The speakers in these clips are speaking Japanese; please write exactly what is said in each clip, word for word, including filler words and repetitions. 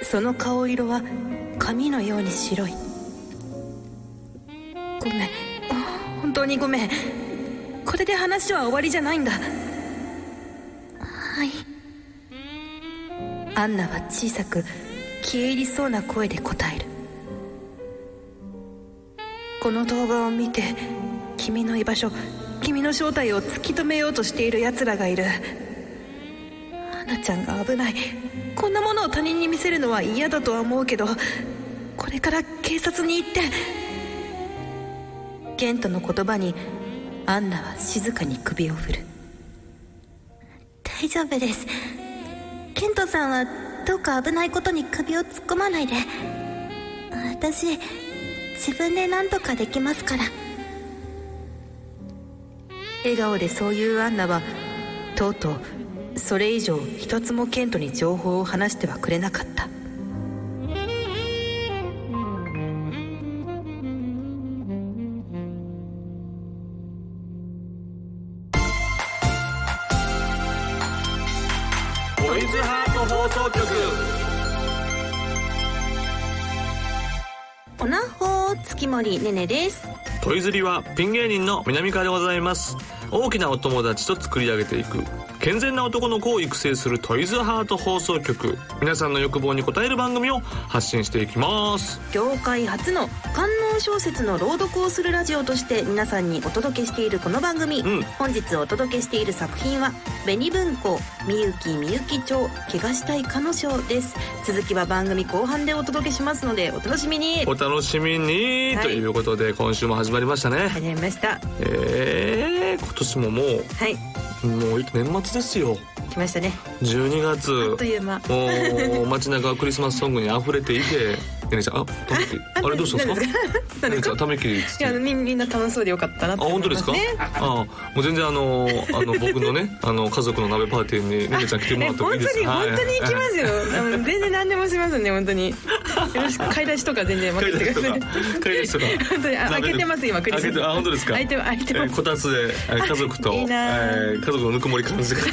その顔色は髪のように白い。ごめん、本当にごめん。これで話は終わりじゃないんだ。はい。アンナは小さく消え入りそうな声で答える。この動画を見て君の居場所、君の正体を突き止めようとしている奴らがいる。アンナちゃんが危ない。こんなものを他人に見せるのは嫌だとは思うけど、これから警察に行って。ケントの言葉にアンナは静かに首を振る。大丈夫です。ケントさんはどうか危ないことに首を突っ込まないで。私自分で何とかできますから。笑顔でそういうアンナはとうとうそれ以上一つもケントに情報を話してはくれなかった。 トイズハート放送局。 おなほー、月森ねねです。 トイズリはピン芸人の南川でございます。大きなお友達と作り上げていく健全な男の子を育成するトイズハート放送局。皆さんの欲望に応える番組を発信していきます。 業界初の官能小説の朗読をするラジオとして皆さんにお届けしているこの番組、うん、本日お届けしている作品は紅文庫みゆきみゆき町怪我したい彼女です。続きは番組後半でお届けしますのでお楽しみに。 お楽しみに、はい、ということで今週も始まりましたね。 始まりました。 えー、今年ももう、 はい、 もう年末ですよ。 来ましたね。 じゅうにがつあっという間。 もう街中はクリスマスソングに溢れていてねねちゃん、あ、ためきあれどうしたんですか。 何ですかためき。いや、みんな楽しそうでよかったなって思いますね。 あ、本当ですか。あ、もう全然あのあの僕のねあの家族の鍋パーティーにねねちゃん来てもらってもいいですか。 本当に本当に行きますよ。あの全然何でもしますね本当に。よろしく。買い出しとか全然任せてください。 買い出しとか。 本当に開けてます今クリスマス。 あ、本当ですか。 開いて開いてます。 こたつで家族といいな、 えー、家族のぬくもり感じが。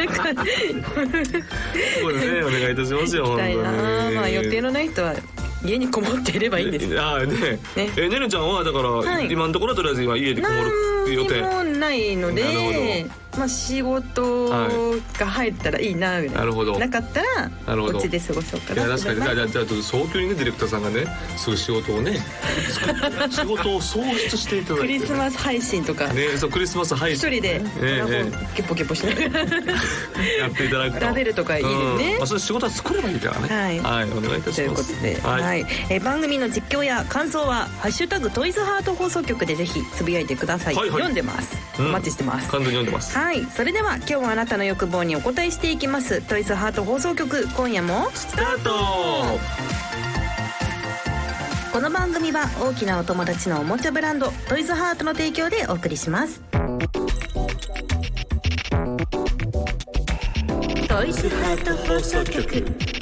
そうですね、お願いいたしますよ。 行きたいな。まあ予定のない人は家にこもっていればいいんです。 ああね。ねえ、ねねちゃんはだから、はい、今のところはとりあえず今家にこもる予定。 何もないので、まあ仕事が入ったらいいなみたいな。 なるほど。 なかったらこっちで過ごそうかな。 いや確かに。じゃあじゃあじゃあ早急にねディレクターさんがねすぐ仕事をね仕事を創出していただいて、ね、クリスマス配信とかね。 そうクリスマス配信一人で、ねえー、ケポケポしながらやっていただくと食べるとかいいですね。 まあそれ仕事は作ればいいからね。はい、はい、お願いいたします。ということで、 はいはい、えー、番組の実況や感想はハッシュタグトイズハート放送局でぜひつぶやいてください。はいはい、読んでます。お待ちしてます。 完全に読んでます。 はい、それでは今日はあなたの欲望にお答えしていきますトイズハート放送局、今夜もスタート。 この番組は大きなお友達のおもちゃブランドトイズハートの提供でお送りします。トイズハート放送局。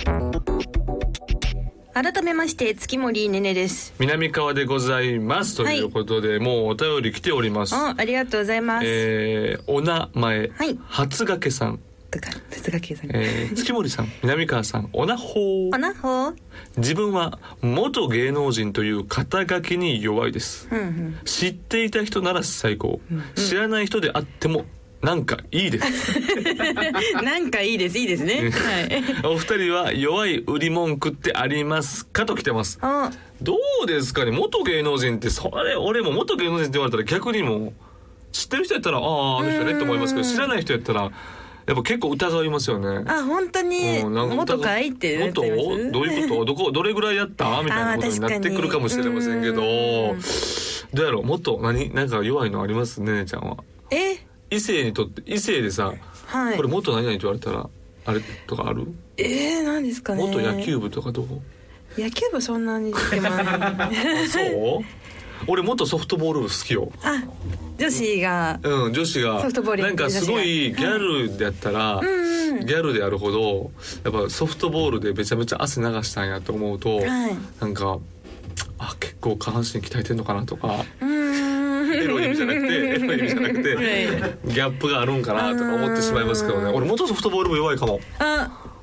改めまして月森ねねです。 南川でございます。ということで、はい、もうお便り来ております。 あ, ありがとうございます。 えー、お名前、はい、初掛けさん、 初掛けさん、 えー、月森さん南川さん、おなほー。 おなほー。 自分は元芸能人という肩書きに弱いです、うんうん、知っていた人なら最高、うんうん、知らない人であってもなんかいいですなんかいいですいいですね、はい、 お二人は弱い売り文句ってありますかと来てます。どうですかね。元芸能人ってそれ俺も元芸能人って言われたら逆にも知ってる人やったらあああの人ねって思いますけど、知らない人やったらやっぱ結構疑いますよね。 あ、本当に、うん、なんか元かいって元どういうことどこどれぐらいやったみたいなことになってくるかもしれませんけど、どうやろう。元何なんか弱いのありますねねちゃんは。 え異性にとって異性でさ、はい、これ元何々って言われたらあれとかある？ えー、何ですかね。 元野球部とかどう？ 野球部そんなに出てないそう？俺元ソフトボール部好きよ。 あ、女子が、 うん、女子がソフトボールなんかすごいギャルでやったら、はい、うんうん、ギャルであるほどやっぱソフトボールでめちゃめちゃ汗流したんやと思うと、はい、なんかあ結構下半身鍛えてんのかなとか、うんエロい意味じゃなくてエロい意味じゃなくてギャップがあるんかなとか思ってしまいますけどね。俺元ソフトボール部弱いかも。 あ、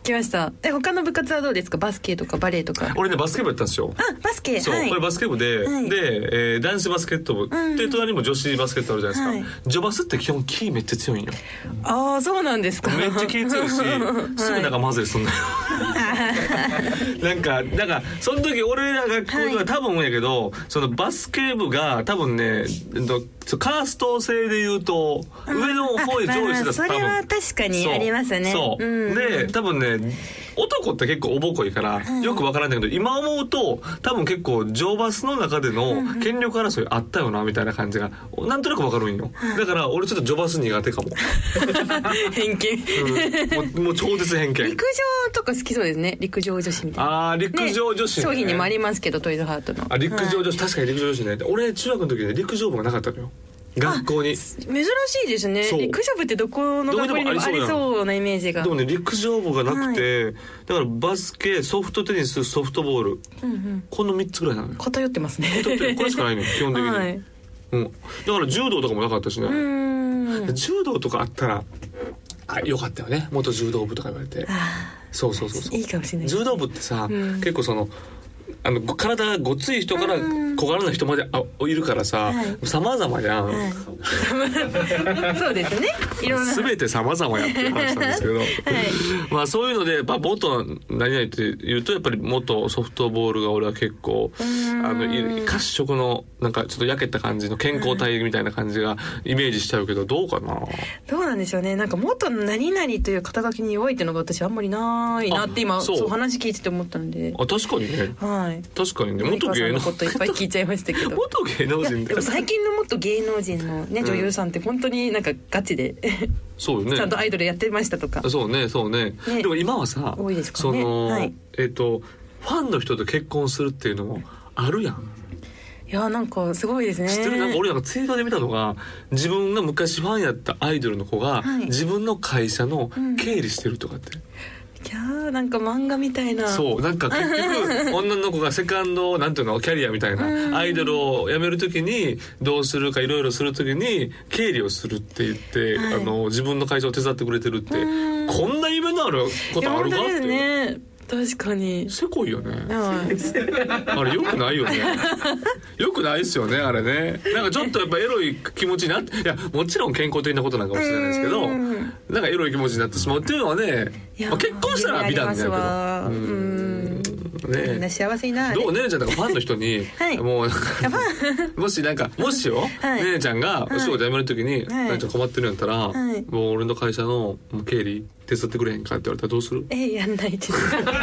来ました。え、他の部活はどうですか？バスケとかバレーとか。 俺ねバスケ部やったんですよ。 あ、バスケ。 そう、 はい、 これバスケ部で、はい、で、えー、男子バスケット部、うん、で隣にも女子バスケットあるじゃないですか、はい、女バスって基本キーめっちゃ強いんよ。 ああ、そうなんですか。 めっちゃ気強いし、すぐなんか混ぜるすんなよなんかなんかその時俺らが学校では多分やけど、はい、そのバスケ部が多分ねカースト制で言うと上の方に上位してた、 まあ、それは確かにありますね。 そう、うん、で多分ね男って結構おぼこいからよくわからないけど、うん、今思うと多分結構女バスの中での権力争いあったよなみたいな感じがなんとなくわかるんよ。だから俺ちょっと女バス苦手かも偏見、 うん、もう、もう超絶偏見。 陸上とか好きそうですね。陸上女子みたいな。 ああ、陸上女子、ね、 商品にもありますけどトイズハートの。 あ、陸上女子、はい、確かに陸上女子ね。俺中学の時ね陸上部がなかったのよ、学校に。 珍しいですね。陸上部ってどこの学校にもありそうなイメージが。 でもね陸上部がなくて、はい、だからバスケ、ソフトテニス、ソフトボール、うんうん、このみっつぐらいなのよ。 偏ってますね。 偏ってる、これしかないのよ基本的に、はい、うん、だから柔道とかもなかったしね。うん、柔道とかあったらあよかったよね、元柔道部とか言われて。そうそうそうそう、 いいかもしれない。 柔道部ってさ、うん、結構そのあの体がごつい人から小柄な人まであいるからさ、はい、様々やん、はい、そうですね、いろんな全て様々やっていう話なんですけど、はい、まあそういうのでやっぱ元何々って言うとやっぱり元ソフトボールが俺は結構あの褐色のなんかちょっと焼けた感じの健康体みたいな感じがイメージしちゃうけど、どうかな。 どうなんでしょうね。なんか元何々という肩書きに弱いっていうのが私あんまりないなって今そう話聞いてて思ったので。 あ、確かにね、はい、確かにね。元芸能人のこといっぱい聞いちゃいましたけど元芸能人でも最近の元芸能人の、ね、女優さんって本当になんかガチでそうよね、 ちゃんとアイドルやってましたとか。 そうねそうね、ね、でも今はさ多いですかね、 その、 はい、 えっとファンの人と結婚するっていうのもあるやん。 いやなんかすごいですね。 知ってる？なんか俺なんかツイートで見たのが、自分が昔ファンやったアイドルの子が、はい、自分の会社の経理してるとかって、うん、いやーなんか漫画みたいな。 そうなんか結局女の子がセカンドなんていうのキャリアみたいなアイドルを辞めるときにどうするかいろいろするときに経理をするって言って、はい、あの自分の会社を手伝ってくれてるって、こんな夢のあることあるかっていう。ね、 確かにせこいよね、はい、あれよくないよねよくないですよねあれね。なんかちょっとやっぱエロい気持ちになって、いやもちろん健康的なことなんかもしれないですけど、なんかエロい気持ちになってしまうっていうのはね、まあ、結婚したら美談だけど、うんね、 みんな幸せになる。 どうねねちゃんとかファンの人に、はい、もうもしなんかもしよ、はい、ねねちゃんがお仕事辞めるときに、はい、ねねちゃん困ってるんやったら、はい、もう俺の会社の経理手伝ってくれへんかって言われたらどうする？ えやんないです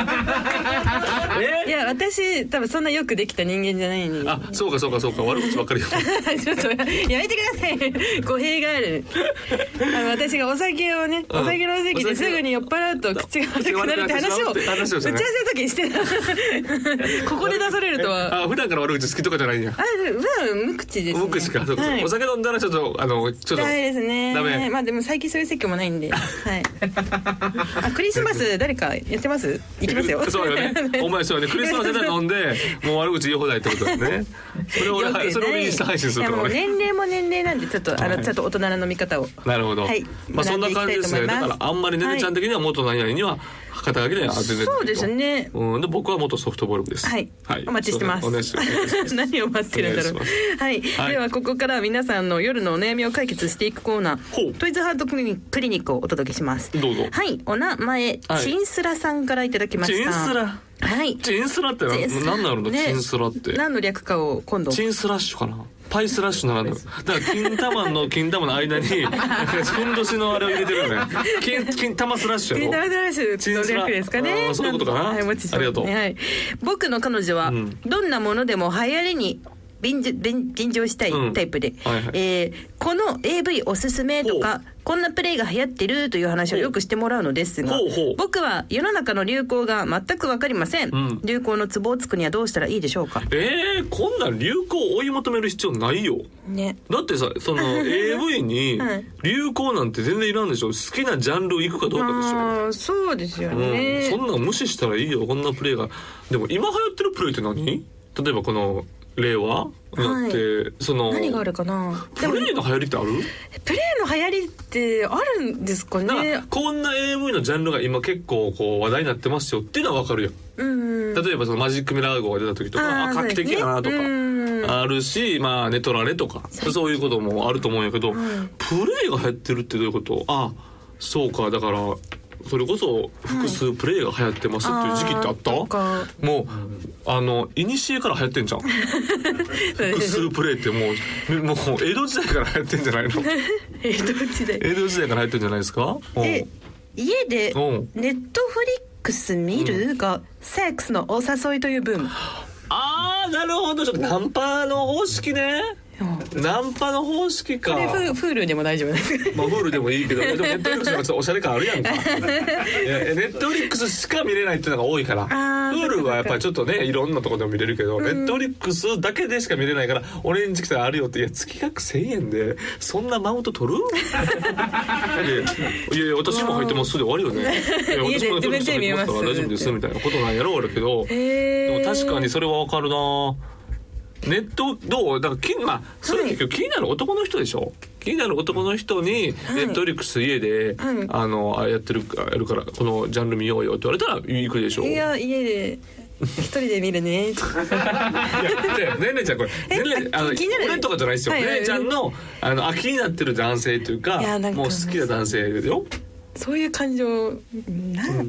いや私多分そんなよくできた人間じゃないのに。 あ、そうかそうかそうか、悪口ばっかりちょっとやめてください語弊があるあの私がお酒をね、お酒の席ですぐに酔っ払うと口が悪くなるって話を打ち合わせの時にしてたここで出されるとは。 あ、普段から悪口好きとかじゃないんや。 あ、普段無口ですね。 無口か、そうか、はい、お酒飲んだらちょっとあのちょっとダメですね。 ダメ。 まあでも最近そういう席もないんではいあ、クリスマス誰かやってます？行きますよそうよねお前そうよね、クリスマスで飲んでもう悪口言い放題ってことだよねそれを俺、ね、それをインスタ配信するから。 いやもう年齢も年齢なんでちょっとあの、はい、ちょっと大人な飲み方を。 なるほど、はい、まあそんな感じですね。だからあんまりねねちゃん的には元何々には肩書きでは全然そうですね、 うん、で僕は元ソフトボール部です。 はい、はい、お待ちしてます。お願いします何を待ってるんだろう。はい、はい、ではここから皆さんの夜のお悩みを解決していくコーナー、トイズハートクリニックをお届けします。 どうぞ。 はい、お名前、はい、チンスラさんからいただきました。 チンスラ、はい、チンスラって何なの？ね、チンスラって何の略かを今度。 チンスラッシュかな、パイスラッシュならぬ。だから金玉の金玉の間にふんどしのあれを入れてるよね。金金玉スラッシュやろ。 金玉スラッシュの略ですかね。 そういうことかな。はい、 もちろん、ありがとう。はい、僕の彼女は、うん、どんなものでも流行りに便乗したいタイプで、うんはいはい、えー、この エーブイ おすすめとかこんなプレイが流行ってるという話をよくしてもらうのですが、ほうほう、僕は世の中の流行が全く分かりません、うん、流行のツボをつくにはどうしたらいいでしょうか。 えー、こんなん流行を追い求める必要ないよ、ね、だってさその エーブイ に流行なんて全然いらんでしょ。好きなジャンル行くかどうかでしょ、 まあ、そうですよね、 うん、そんなん無視したらいいよこんなプレイが。でも今流行ってるプレイって何？例えばこの例は、はい、だってその何があるかな。 プレイの流行りってある？ プレイの流行りってあるんですかね。 こんな エーブイ のジャンルが今結構こう話題になってますよっていうのは分かるよ、うん、例えばそのマジックミラー号が出た時とか画期的やなとかあるし、まあネトラレとかそういうこともあると思うんやけど、はい、プレイが流行ってるってどういうこと？あ、そうか、だからそれこそ複数プレイが流行ってますっていう時期ってあった？はい、もうあの古から流行ってんじゃん複数プレイってもうもう江戸時代から流行ってんじゃないの？ 江戸時代江戸時代から流行ってんじゃないですか？ え、家でネットフリックス見るがセックスのお誘いというブーム。 あー、なるほど。ちょっとナンパの方式ね。ナンパの方式か。 これフールでも大丈夫ですか？ まあフールでもいいけど、でもネットフリックスのちょっとおしゃれ感あるやんか。ネットフリックスしか見れないっていうのが多いから。フールはやっぱりちょっとね、いろんなところでも見れるけど、ネットフリックスだけでしか見れないから、俺んち来たらあるよって、いや月額せんえんでそんなマウント取る？いやいや私も入ってますで終わりよね。いや私もネットフリックス入ってますから大丈夫ですみたいなことなんやろうけど、でも確かにそれはわかるな。ネットどうだからき、まあ、それ結局気になる男の人でしょ、はい、気になる男の人にネットフリックス家で、はい、あのあやってるやるからこのジャンル見ようよって言われたら行くでしょ。 いや家で一人で見るね。いやねねちゃんこれねねあの俺とかじゃないですよ、はいはいはい、ねねちゃんのあのあ気になってる男性というかもう好きな男性よ。 そういう感情なん、うん、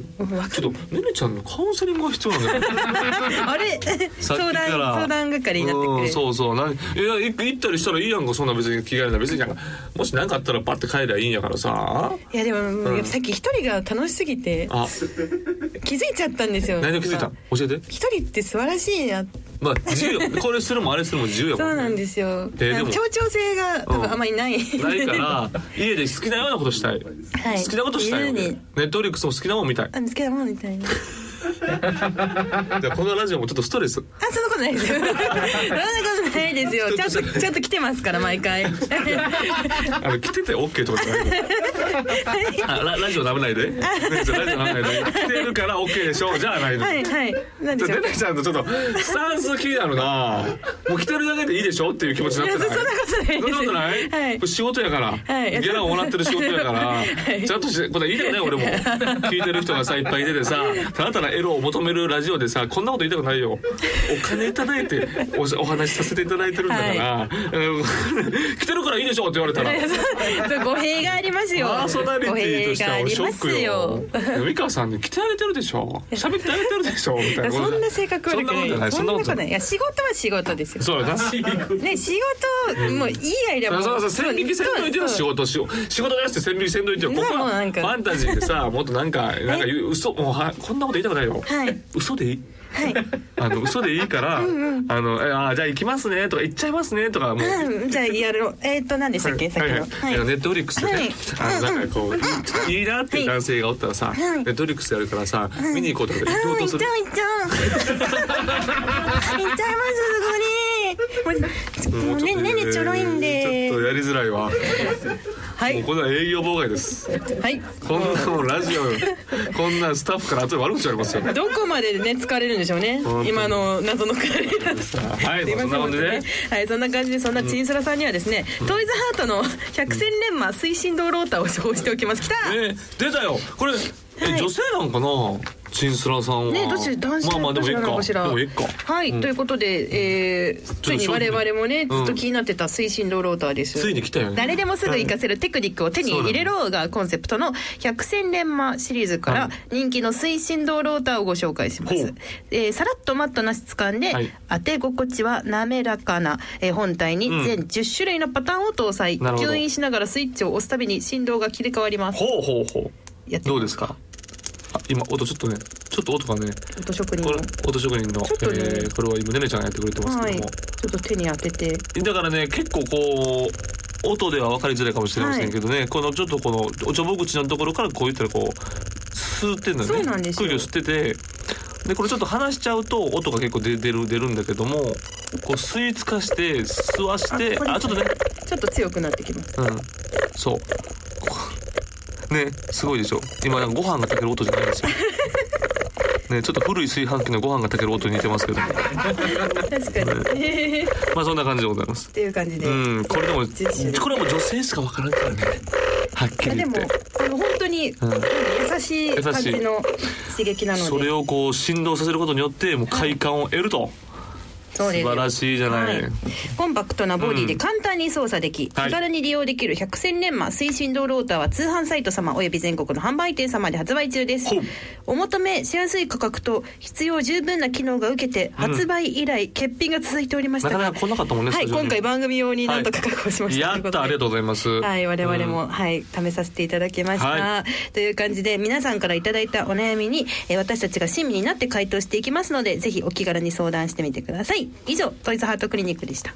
ちょっとねねちゃんのカウンセリングが必要なんだよ。 あれ相談相談係になってくれる、うん、そうそうなんいや行ったりしたらいいやんか。そんな別に気軽な別になんかもし何かあったらパッて帰りゃいいんやからさ。 いやでも、うん、さっき一人が楽しすぎて気づいちゃったんですよ。 何を気づいた？教えて。 一人って素晴らしいな。 まあ自由これするもあれするも自由やもんね。 そうなんですよ。協調性が多分あんまりない、 うん、ないから家で好きなようなことしたい、はい、好きなことしたいよね。ネットフリックスも好きなもん見たい。 あ好きなもんみたいな。 じゃあこのラジオもちょっとストレス。 あそんなことないですよ。そんなことないですよ。ちゃんとちゃんと来てますから毎回。あの来てて OK とかじゃない。あ ラ, ラジオダメないで。ね、ラジオダメないで。来てるから OK でしょじゃあないの。 はいはい。なんでしょう。 ねねちゃんとちょっとスタンス気になるな。もう来てるだけでいいでしょっていう気持ちになってない。 そんなことないです。そんなことない。はい。 これ仕事やから。はい。ギャラをもらってる仕事やから。はい、ちゃんとしてこれ言いたくない俺も。聞いてる人がさいっぱいいててさ、ただただエロを求めるラジオでさこんなこと言いたくないよ。お金いただいて お, お話しさせていただいてるんだから、はい、来てるからいいでしょって言われたら語弊がありますよ。 パーソナリティとしてはショックよ。美川さんに来てあげてるでしょ喋ってあげてるでしょみたいな。 そんな性格悪くない。 そんなことない。 いや仕事は仕事ですよ。 そうだね仕事もういい間もそうそう線引きせんといてよ。仕事しよう仕事ですって線引きせんといてよ。ここはファンタジーでさもっとなんかなんか嘘もうはこんなこと言いたくないよ。はい、嘘でいい。はい、あの嘘でいいからうん、うん、あのあじゃあ行きますねとか行っちゃいますねとかもう、 うん、じゃあやるえっ、ー、と何でしたっけ、はい、さっきの、はいはい、 ネットフリックスでね、はい、あのなんかこう、うん、いいなっていう男性がおったらさ、はい、ネットフリックスやるからさ、はい、見に行こうとかで行こうとする。 行っちゃう行っちゃう行っちゃいますそこにもうねねねちょろいんでちょっとやりづらいわ。はい、もうこれは営業妨害です。はい。こんなもんラジオこんなスタッフから後で悪口ありますよ。 どこまでね疲れるんでしょうね。今の謎のくらいなんです。 はい。そんな感じで、ね。 はい、そんな感じでそんなチンスラさんにはですね、うん、トイズハートの百戦錬磨推進道ローターを処方しておきます。来た。 えー、出たよ。これえ、はい、女性なんかな。チンスラさんはねどっち男性まあまあでもいいか。でもいいか。はい、うん、ということで、えー、ついに我々もねずっと気になってた推進道ローターです。 ついに来たよね。 誰でもすぐ活かせるテクニックを手に入れろがコンセプトの百戦錬磨シリーズから人気の推進道ローターをご紹介します。はい、えー、さらっとマットな質感で、はい、当て心地は滑らかな、えー、本体に全じゅっしゅるいのパターンを搭載、うん、吸引しながらスイッチを押すたびに振動が切り替わります。 ほうほうほう。やってどうですか。あ今音ちょっとねちょっと音がね音職人の音職人の、ねえー、これは今ねねちゃんがやってくれてますけども、はい、ちょっと手に当ててだからね結構こう音では分かりづらいかもしれませんけどね、はい、このちょっとこのおちょぼ口のところからこういったらこう吸ってんだよね。 そうなんですよ。 空気を吸っててでこれちょっと離しちゃうと音が結構出る出るんだけどもこう吸い付かして吸わしてあちょっとねちょっと強くなってきます。 うんそうねすごいでしょ。今なんかご飯が炊ける音じゃないですよ。 ね、ちょっと古い炊飯器のご飯が炊ける音に似てますけど確かに、ね、 まあそんな感じでございますっていう感じで、 うん、これでもこれはもう女性しか分からんからね、はっきり言って。 でもあの本当に、うん、優しい感じの刺激なので、 それをこう振動させることによってもう快感を得ると、はい、素晴らしいじゃない、はい、 コンパクトなボディで簡単に操作でき、うん、手軽に利用できる百戦錬磨推進動ローターは通販サイト様および全国の販売店様で発売中です。お求めしやすい価格と必要十分な機能が受けて発売以来、うん、欠品が続いておりましたが、 なかなか来なかったもんね、 はい、今回番組用になんとか確保しました、 はい、やったありがとうございます。 はい、我々も、うん、はい、試させていただきました、はい、という感じで皆さんからいただいたお悩みに、えー、私たちが親身になって回答していきますので、ぜひお気軽に相談してみてください。以上トイズハートクリニックでした。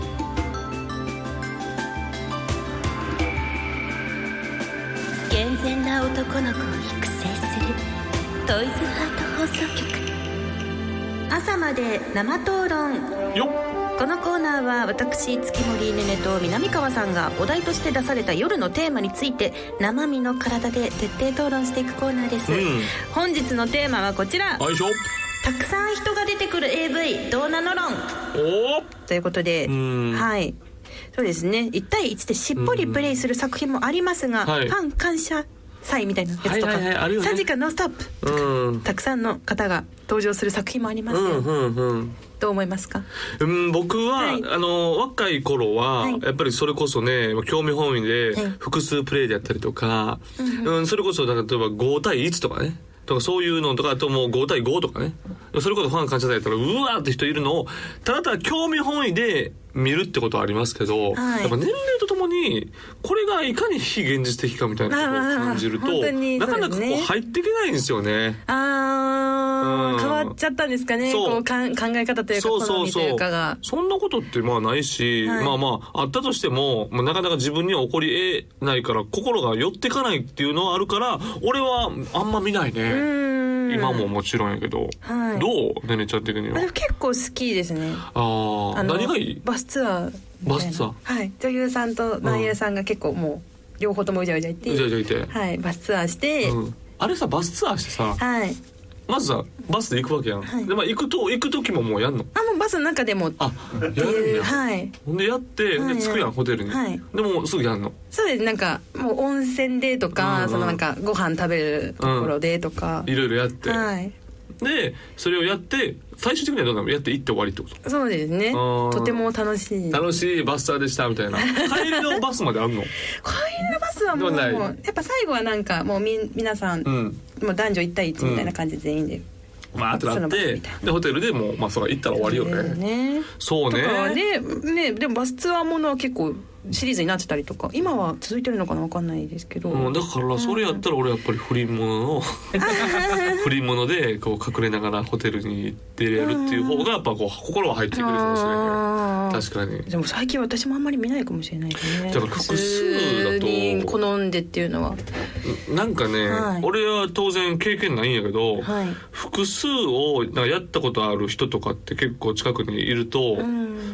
健全な男の子を育成するトイズハート放送局、朝まで生討論よっ。このコーナーは私月森ねねと南川さんがお題として出された夜のテーマについて生身の体で徹底討論していくコーナーです、うん、本日のテーマはこちら、たくさん人が出てくる エーブイ どうなの論ということで、はい、そうですね、いち対いちでしっぽりプレイする作品もありますが、はい、ファン感謝祭みたいなやつとか、はいはいはいね、さんじかんノンストップとか、うん、たくさんの方が登場する作品もありますよ、うんうんうん、どう思いますか？ うん、僕は、はい、あの若い頃は、はい、やっぱりそれこそね興味本位で複数プレイでやったりとか、はいうん、それこそ例えばご対いちとかねとかそういうのとか、あともうご対ごとかね、それこそファン感謝祭やったらうわーって人いるのをただただ興味本位で見るってことはありますけど、はい、やっぱ年齢とともにこれがいかに非現実的かみたいなことを感じると、ね、なかなかこう入っていけないんですよね。 あー、うん、変わっちゃったんですかね、こうかん考え方というか好みというかが。 そんなことってまあないし、はい、まあまああったとしても、まあ、なかなか自分には起こり得ないから心が寄ってかないっていうのはあるから、俺はあんま見ないね。今ももちろんやけど、はい、どうねねちゃん的には？ 結構好きですね。 ああ、何がいい？ バスツアー。 バスツアー。 はい。女優さんと男優さんが結構もう両方ともうじゃうじゃいて、 うじゃうじゃいて、 はい、バスツアーして、うん、あれさバスツアーしてさ、 はい。 まずさバスで行くわけやん、はい、でまあ行くと行く時ももうやんの？ あ、もうバスの中でもあやるんや、 はい。 ほんでやって、はい、で着くやんホテルに、はい、でもすぐやんの？ そうです。なんかもう温泉でとか、うんうん、そのなんかご飯食べるところでとか、 うん、いろいろやって、 はい。 でそれをやって最終的にはどうなの？やって行って終わりってこと？ そうですね。とても楽しい楽しいバスツアーでしたみたいな。帰りのバスまであんの？帰りのバスはもうやっぱ最後はなんかもうみ皆さん、うん、もう男女いち対いちみたいな感じで全員で、 うん、まあってなってでホテルでもうまあそれ行ったら終わりよね。ねそうね。 とかねねでもバスツアーものは結構シリーズになってたりとか、今は続いてるのかな分かんないですけど、 うん、だからそれやったら俺やっぱり不倫物の不倫物でこう隠れながらホテルに行ってやるっていう方がやっぱこう心は入ってくるかもしれない。確かに。 でも最近私もあんまり見ないかもしれないですね。 だから複数だと好んでっていうのはなんかね、はい、俺は当然経験ないんやけど、はい、複数をなんかやったことある人とかって結構近くにいると、うん、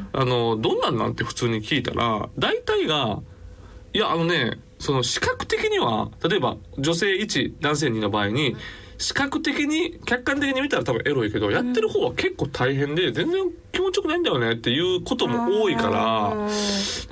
あのどんなんなんて普通に聞いたら大体がいやあのねその視覚的には例えば女性いち男性にの場合に視覚的に客観的に見たら多分エロいけど、やってる方は結構大変で全然気持ちよくないんだよねっていうことも多いから、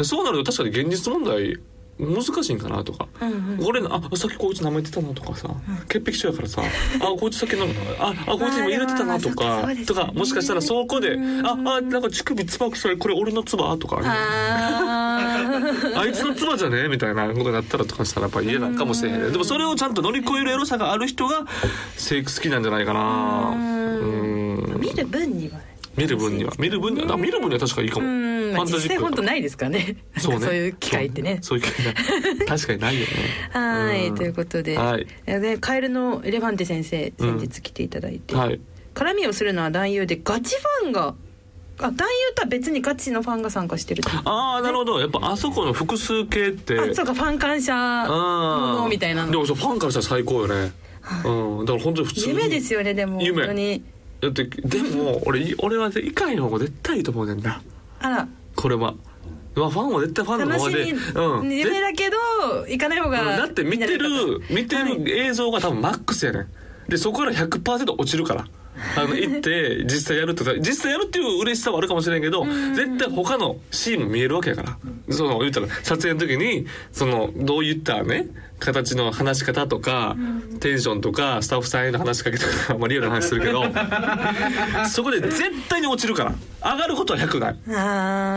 そうなると確かに現実問題難しいんかなとか、うんうん、これあさっきこいつ舐めてたのとかさ、うん、潔癖症やからさあこいつさっきのああこいつ今入れてたなとか、ね、とかもしかしたらそこでああなんか乳首つばくそれこれ俺のつばとか、ね、あ, あいつのつばじゃねみたいなことになったらとかしたらやっぱ嫌なんかもしれへん、ね、でもそれをちゃんと乗り越えるエロさがある人がセックス好きなんじゃないかな。うん見る分にはね見る分には見る分には見る分には確かにいいかも。 うん、まあ、実際本当ないですからね。そうね。そういう機会ってね。 そういう機会確かにないよね。 はいということで、はい、でカエルのエレファンテ先生先日来ていただいて、うんはい、絡みをするのは男優でガチファンがあ男優とは別にガチのファンが参加してるって。 ああなるほど。やっぱあそこの複数系ってあそうかファン感謝ものみたいなの。 でもそうファンからしたら最高よね。うんだから本当に普通に夢ですよね。でも夢本当にだってでも俺俺は以下の方が絶対いいと思うねんだ。 あらこれは、まあ、ファンは絶対ファンの方で楽しみ、うん、夢だけど行かない方がだって見てる見てる映像が多分マックスやねん。 でそこから ひゃくパーセント 落ちるからあの行って実際やるとか実際やるっていう嬉しさはあるかもしれんけど、絶対他のシーンも見えるわけやから、その言ったら撮影の時にそのどういったね形の話し方とか、テンションとかスタッフさんへの話しかけとか、まあ、リアルな話するけどそこで絶対に落ちるから上がることはひゃくない、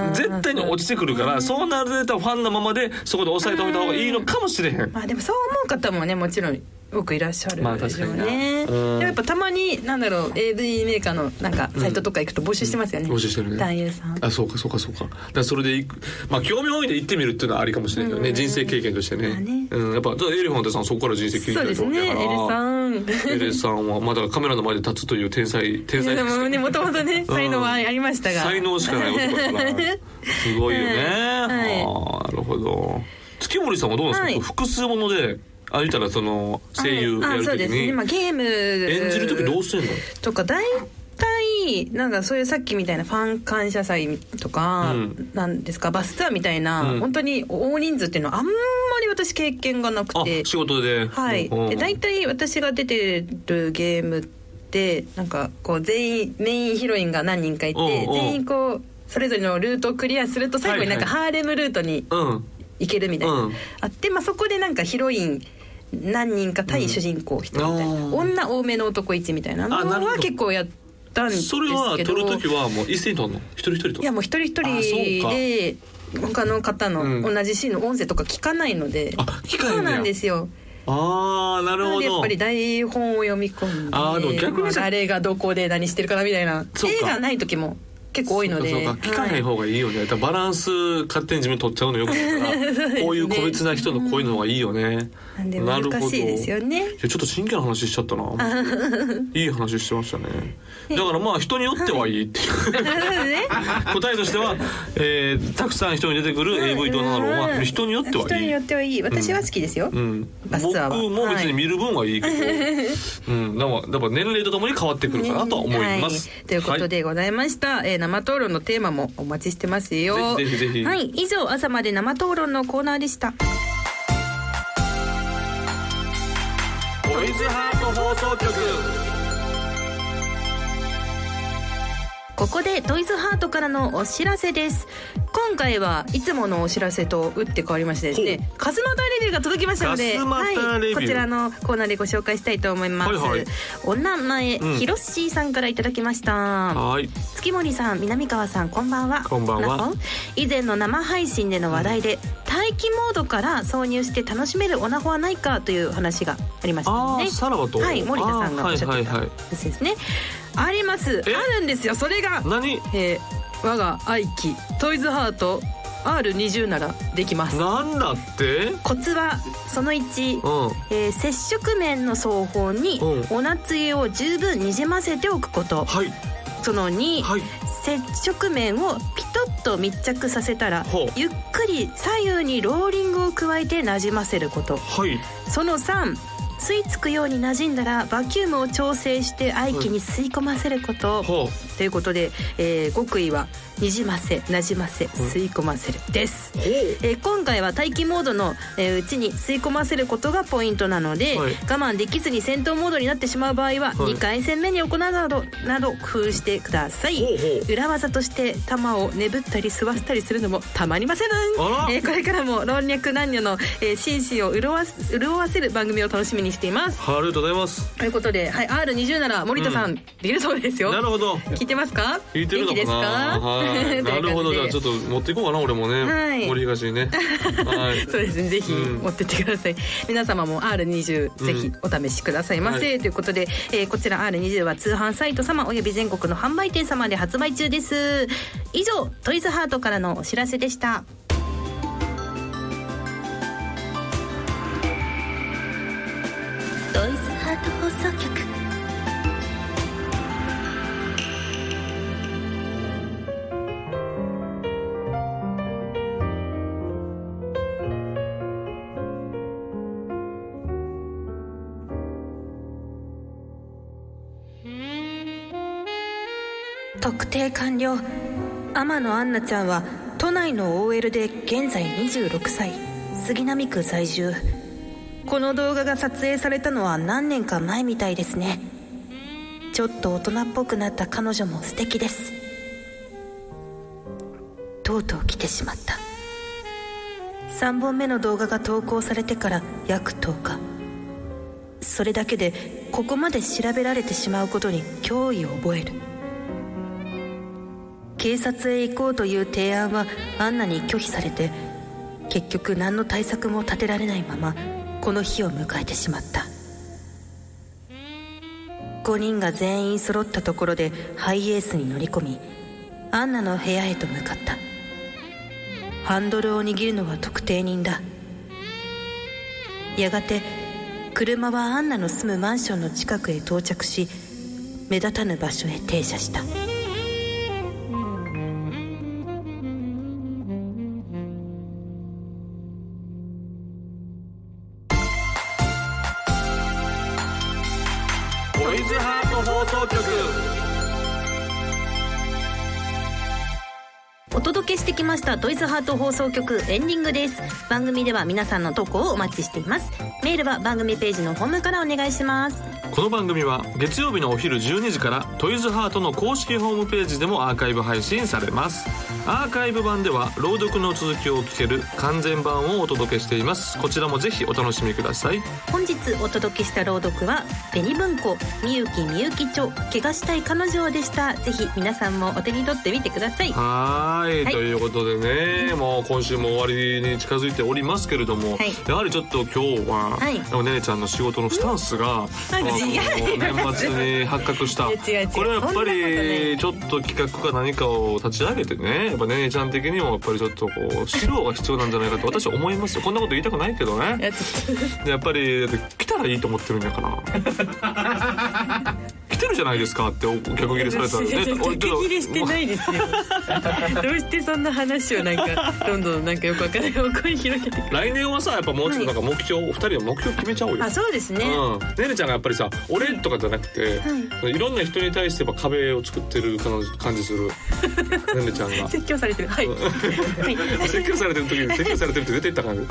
絶対に落ちてくるから、そうなるとファンのままでそこで抑えておいた方がいいのかもしれへん。 まあでもそう思う方もねもちろん多くいらっしゃるんですよね、まあ、でもやっぱたまになんだろう エーブイ メーカーのなんかサイトとか行くと募集してますよね、 うん、募集してるね男優さん。 あそうかそうかそうか。だからそれで行く、まあ興味本位で行ってみるっていうのはありかもしれないけどね、人生経験としてね、まあね、うん、やっぱエレファントさんそこから人生経験そうですね。エレさんエレさんはまだカメラの前で立つという天才天才です、 ね、もともとね才能はありましたが、 才能しかない男だからすごいよね、はい、あなるほど。月森さんはどうなんですか、はい、複数ものであ言ったらその声優やるときに、 まあ、ゲーム演じるときどうしてんのとか大体なんかそういうさっきみたいなファン感謝祭とか、うん、なんですかバスツアーみたいな、うん、本当に大人数っていうのはあんまり私経験がなくて、 仕事ではいで大体私が出てるゲームってなんかこう全員メインヒロインが何人かいて、全員こうそれぞれのルートをクリアすると最後になんかハーレムルートに行けるみたいな、うん、あって、まあ、そこでなんかヒロイン何人か対主人公ひとりみたいな、うん、女多めの男いちみたいなのは結構やったんですけど、 それは撮るときはもう一斉に撮るの一人一人といやもう一人一人で他の方の同じシーンの音声とか聞かないので、うん、あ聞かないんだよ。そうなんですよ。 あーなるほど。 やっぱり台本を読み込んで、あでも逆に誰がどこで何してるかなみたいな絵がない時も結構多いので、 そうかそうか聞かない方がいいよね、はい、バランス勝手に自分取っちゃうのよくないから、ね、こういう個別な人のこういうのがいいよね、 うん、で難しいですよね。 ちょっと真剣な話しちゃったないい話してましたね。だからまあ人によってはいいっていう、はい、答えとしては、えー、たくさん人に出てくる エーブイ どうなのは人によってはいい、 人によってはいい。私は好きですよ、うん、バスツアーは僕も別に見る分はいいけど、はいうん、だから年齢とともに変わってくるかなと思います、 はい、ということでございました、はいえー、生討論のテーマもお待ちしてますよ。 ぜひぜひぜひ。 はい、以上朝まで生討論のコーナーでした。 トイズハート放送局。 ここでトイズハートからのお知らせです。今回はいつものお知らせと打って変わりましてですね、カスマタレビューが届きましたので、はい、こちらのコーナーでご紹介したいと思います、はいはい、お名前、うん、ヒロッシーさんからいただきました。はい月森さん南川さんこんばんは。 こんばんは。 以前の生配信での話題で、うん、待機モードから挿入して楽しめるオナホはないかという話がありましたね。 あさらばとはい森田さんがおっしゃってたですね。ありますあるんですよ。それが何、 えー、我が愛機トイズハート アールにじゅう ならできます。 なんだってコツはそのいち、うんえー、接触面の双方におなつゆを十分にじませておくこと、はい、そのに、はい、接触面をピトッと密着させたらゆっくり左右にローリングを加えてなじませること、はい、そのさん吸い付くように馴染んだらバキュームを調整して愛機に吸い込ませること、はい、ということで、えー、極意はにじませなじませ吸い込ませるです、えー、今回は待機モードの、えー、うちに吸い込ませることがポイントなので、はい、我慢できずに戦闘モードになってしまう場合は、はい、にかい戦目に行うなどなど工夫してください。ほうほう裏技として弾をねぶったり吸わせたりするのもたまりません、えー、これからも老若男女の、えー、心身を潤わす、潤わせる番組を楽しみにしています。 はい、ありがとうございます。 ということで、はい、アールにじゅう なら森田さん、うん、できるそうですよ。 なるほど。 聞いてますか？ 聞いてるのかな？元気ですか？はいなるほど。じゃあちょっと持っていこうかな俺もね、はい、森東にね、はい、 そうですねぜひ持ってってください、うん、皆様も アールにじゅう ぜひお試しくださいませ、うん、ということで、えー、こちら アールにじゅう は通販サイト様および全国の販売店様で発売中です。以上トイズハートからのお知らせでした。トイズハート放送局特定完了。天野アンナちゃんは都内の オーエル で現在にじゅうろくさい、杉並区在住。 この動画が撮影されたのは何年か前みたいですね。ちょっと大人っぽくなった彼女も素敵です。とうとう来てしまった。さんぼんめの動画が投稿されてから約とおか。それだけでここまで調べられてしまうことに脅威を覚える。警察へ行こうという提案はアンナに拒否されて、結局何の対策も立てられないままこの日を迎えてしまった。ごにんが全員揃ったところでハイエースに乗り込み、アンナの部屋へと向かった。ハンドルを握るのは特定人だ。やがて車はアンナの住むマンションの近くへ到着し、目立たぬ場所へ停車した。 トイズハート放送局。 お届けしてきましたトイズハート放送局エンディングです。番組では皆さんの投稿をお待ちしています。メールは番組ページのホームからお願いします。 この番組は月曜日のお昼じゅうにじからトイズハートの公式ホームページでもアーカイブ配信されます。アーカイブ版では朗読の続きを聞ける完全版をお届けしています。こちらもぜひお楽しみください。 本日お届けした朗読は紅文庫みゆきみゆき著怪我したい彼女でした。ぜひ皆さんもお手に取ってみてください。 はい、はい、ということでね、うん、もう今週も終わりに近づいておりますけれども、はい、やはりちょっと今日は、はい、ねねちゃんの仕事のスタンスが、うん、年末に発覚した。これはやっぱりちょっと企画か何かを立ち上げてね、やっぱねねちゃん的にもやっぱりちょっとこう指導が必要なんじゃないかと私は思いますよ。こんなこと言いたくないけどね。やっぱり来たらいいと思ってるんだから来てるじゃないですかって逆切れされたらね。 逆切れしてないですよどうしてそんな話をなんかどんどんなんかよくわからない方向に広げてくる。 来年はさやっぱもうちょっとなんか目標、はい、ふたりは目標決めちゃおうよ。 あ、そうですね、 うん、ねねちゃんがやっぱりさ俺とかじゃなくて、はい、いろんな人に対してやっぱ壁を作ってる感じするねねちゃんが説教されてる。はい、はい、 説教されてる時に説教されてるって絶対言ったからね、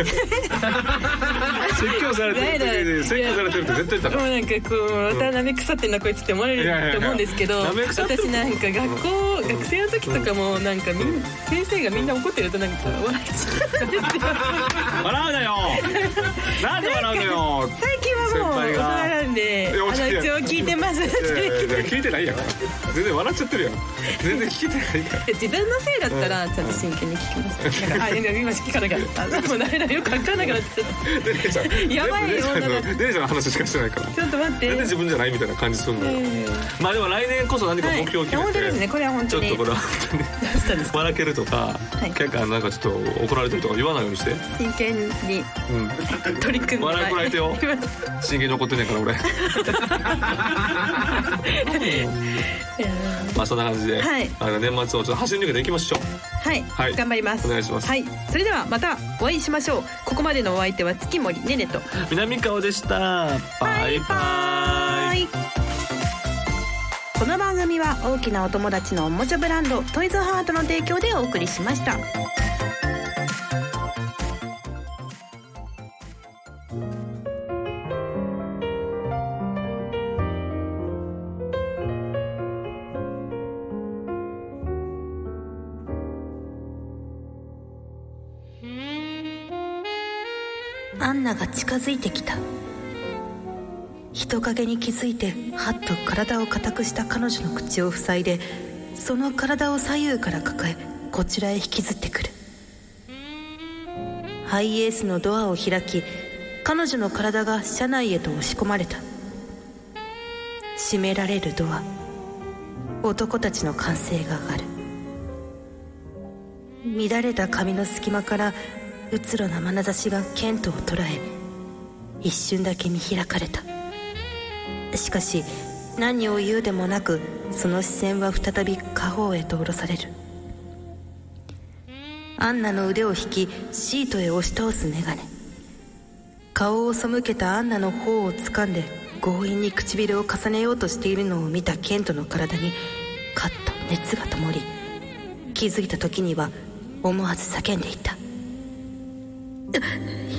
はい、説教されてる時に説教されてるって絶対言ったから。 もうなんかこうまたなめ腐ってんなこいつって思われると思うんですけど、私なんか学校、うん、学生の時とかもなんかみん、うん、先生がみんな怒ってるとなんか笑っちゃうんですよ笑うなよなんで笑うのよ。 最近はもう大人なんであの一応聞いてます聞いてないやん全然笑っちゃってるやん全然聞いてないやん自分のせいだったらちゃんと真剣に聞きます。なんかあ今聞かなかった。もうダメだよく分かんなくなっちゃったやばいよ。 ねねちゃんの話しかしてないからちょっと待って全然自分じゃないみたいな感じするのよ。まあでも来年こそ何か目標を決めて、はい、本当ですね。これは本当にちょっとこれは本当に笑けるとか、はい、結構なんかちょっと怒られてるとか言わないようにして真剣に、うん、取り組んで笑いこらえてよ真剣に怒ってんねんから俺まあそんな感じで、はい、あの年末をちょっと走り抜けていきましょう。 はい、はい、頑張ります。 お願いします。 はい、それではまたお会いしましょう。ここまでのお相手は月森ねねと南川でした。バイバイ。 この番組は大きなお友達のおもちゃブランドトイズハートの提供でお送りしました。アンナが近づいてきた。人影に気づいてはっと体を固くした彼女の口を塞いで、その体を左右から抱えこちらへ引きずってくる。ハイエースのドアを開き、彼女の体が車内へと押し込まれた。閉められるドア、男たちの歓声が上がる。乱れた髪の隙間からうつろな眼差しがケントを捉え、一瞬だけ見開かれた。しかし何を言うでもなく、その視線は再び下方へと下ろされる。アンナの腕を引きシートへ押し倒すメガネ。顔を背けたアンナの頬を掴んで強引に唇を重ねようとしているのを見たケントの体にカッと熱が灯り、気づいた時には思わず叫んでいた。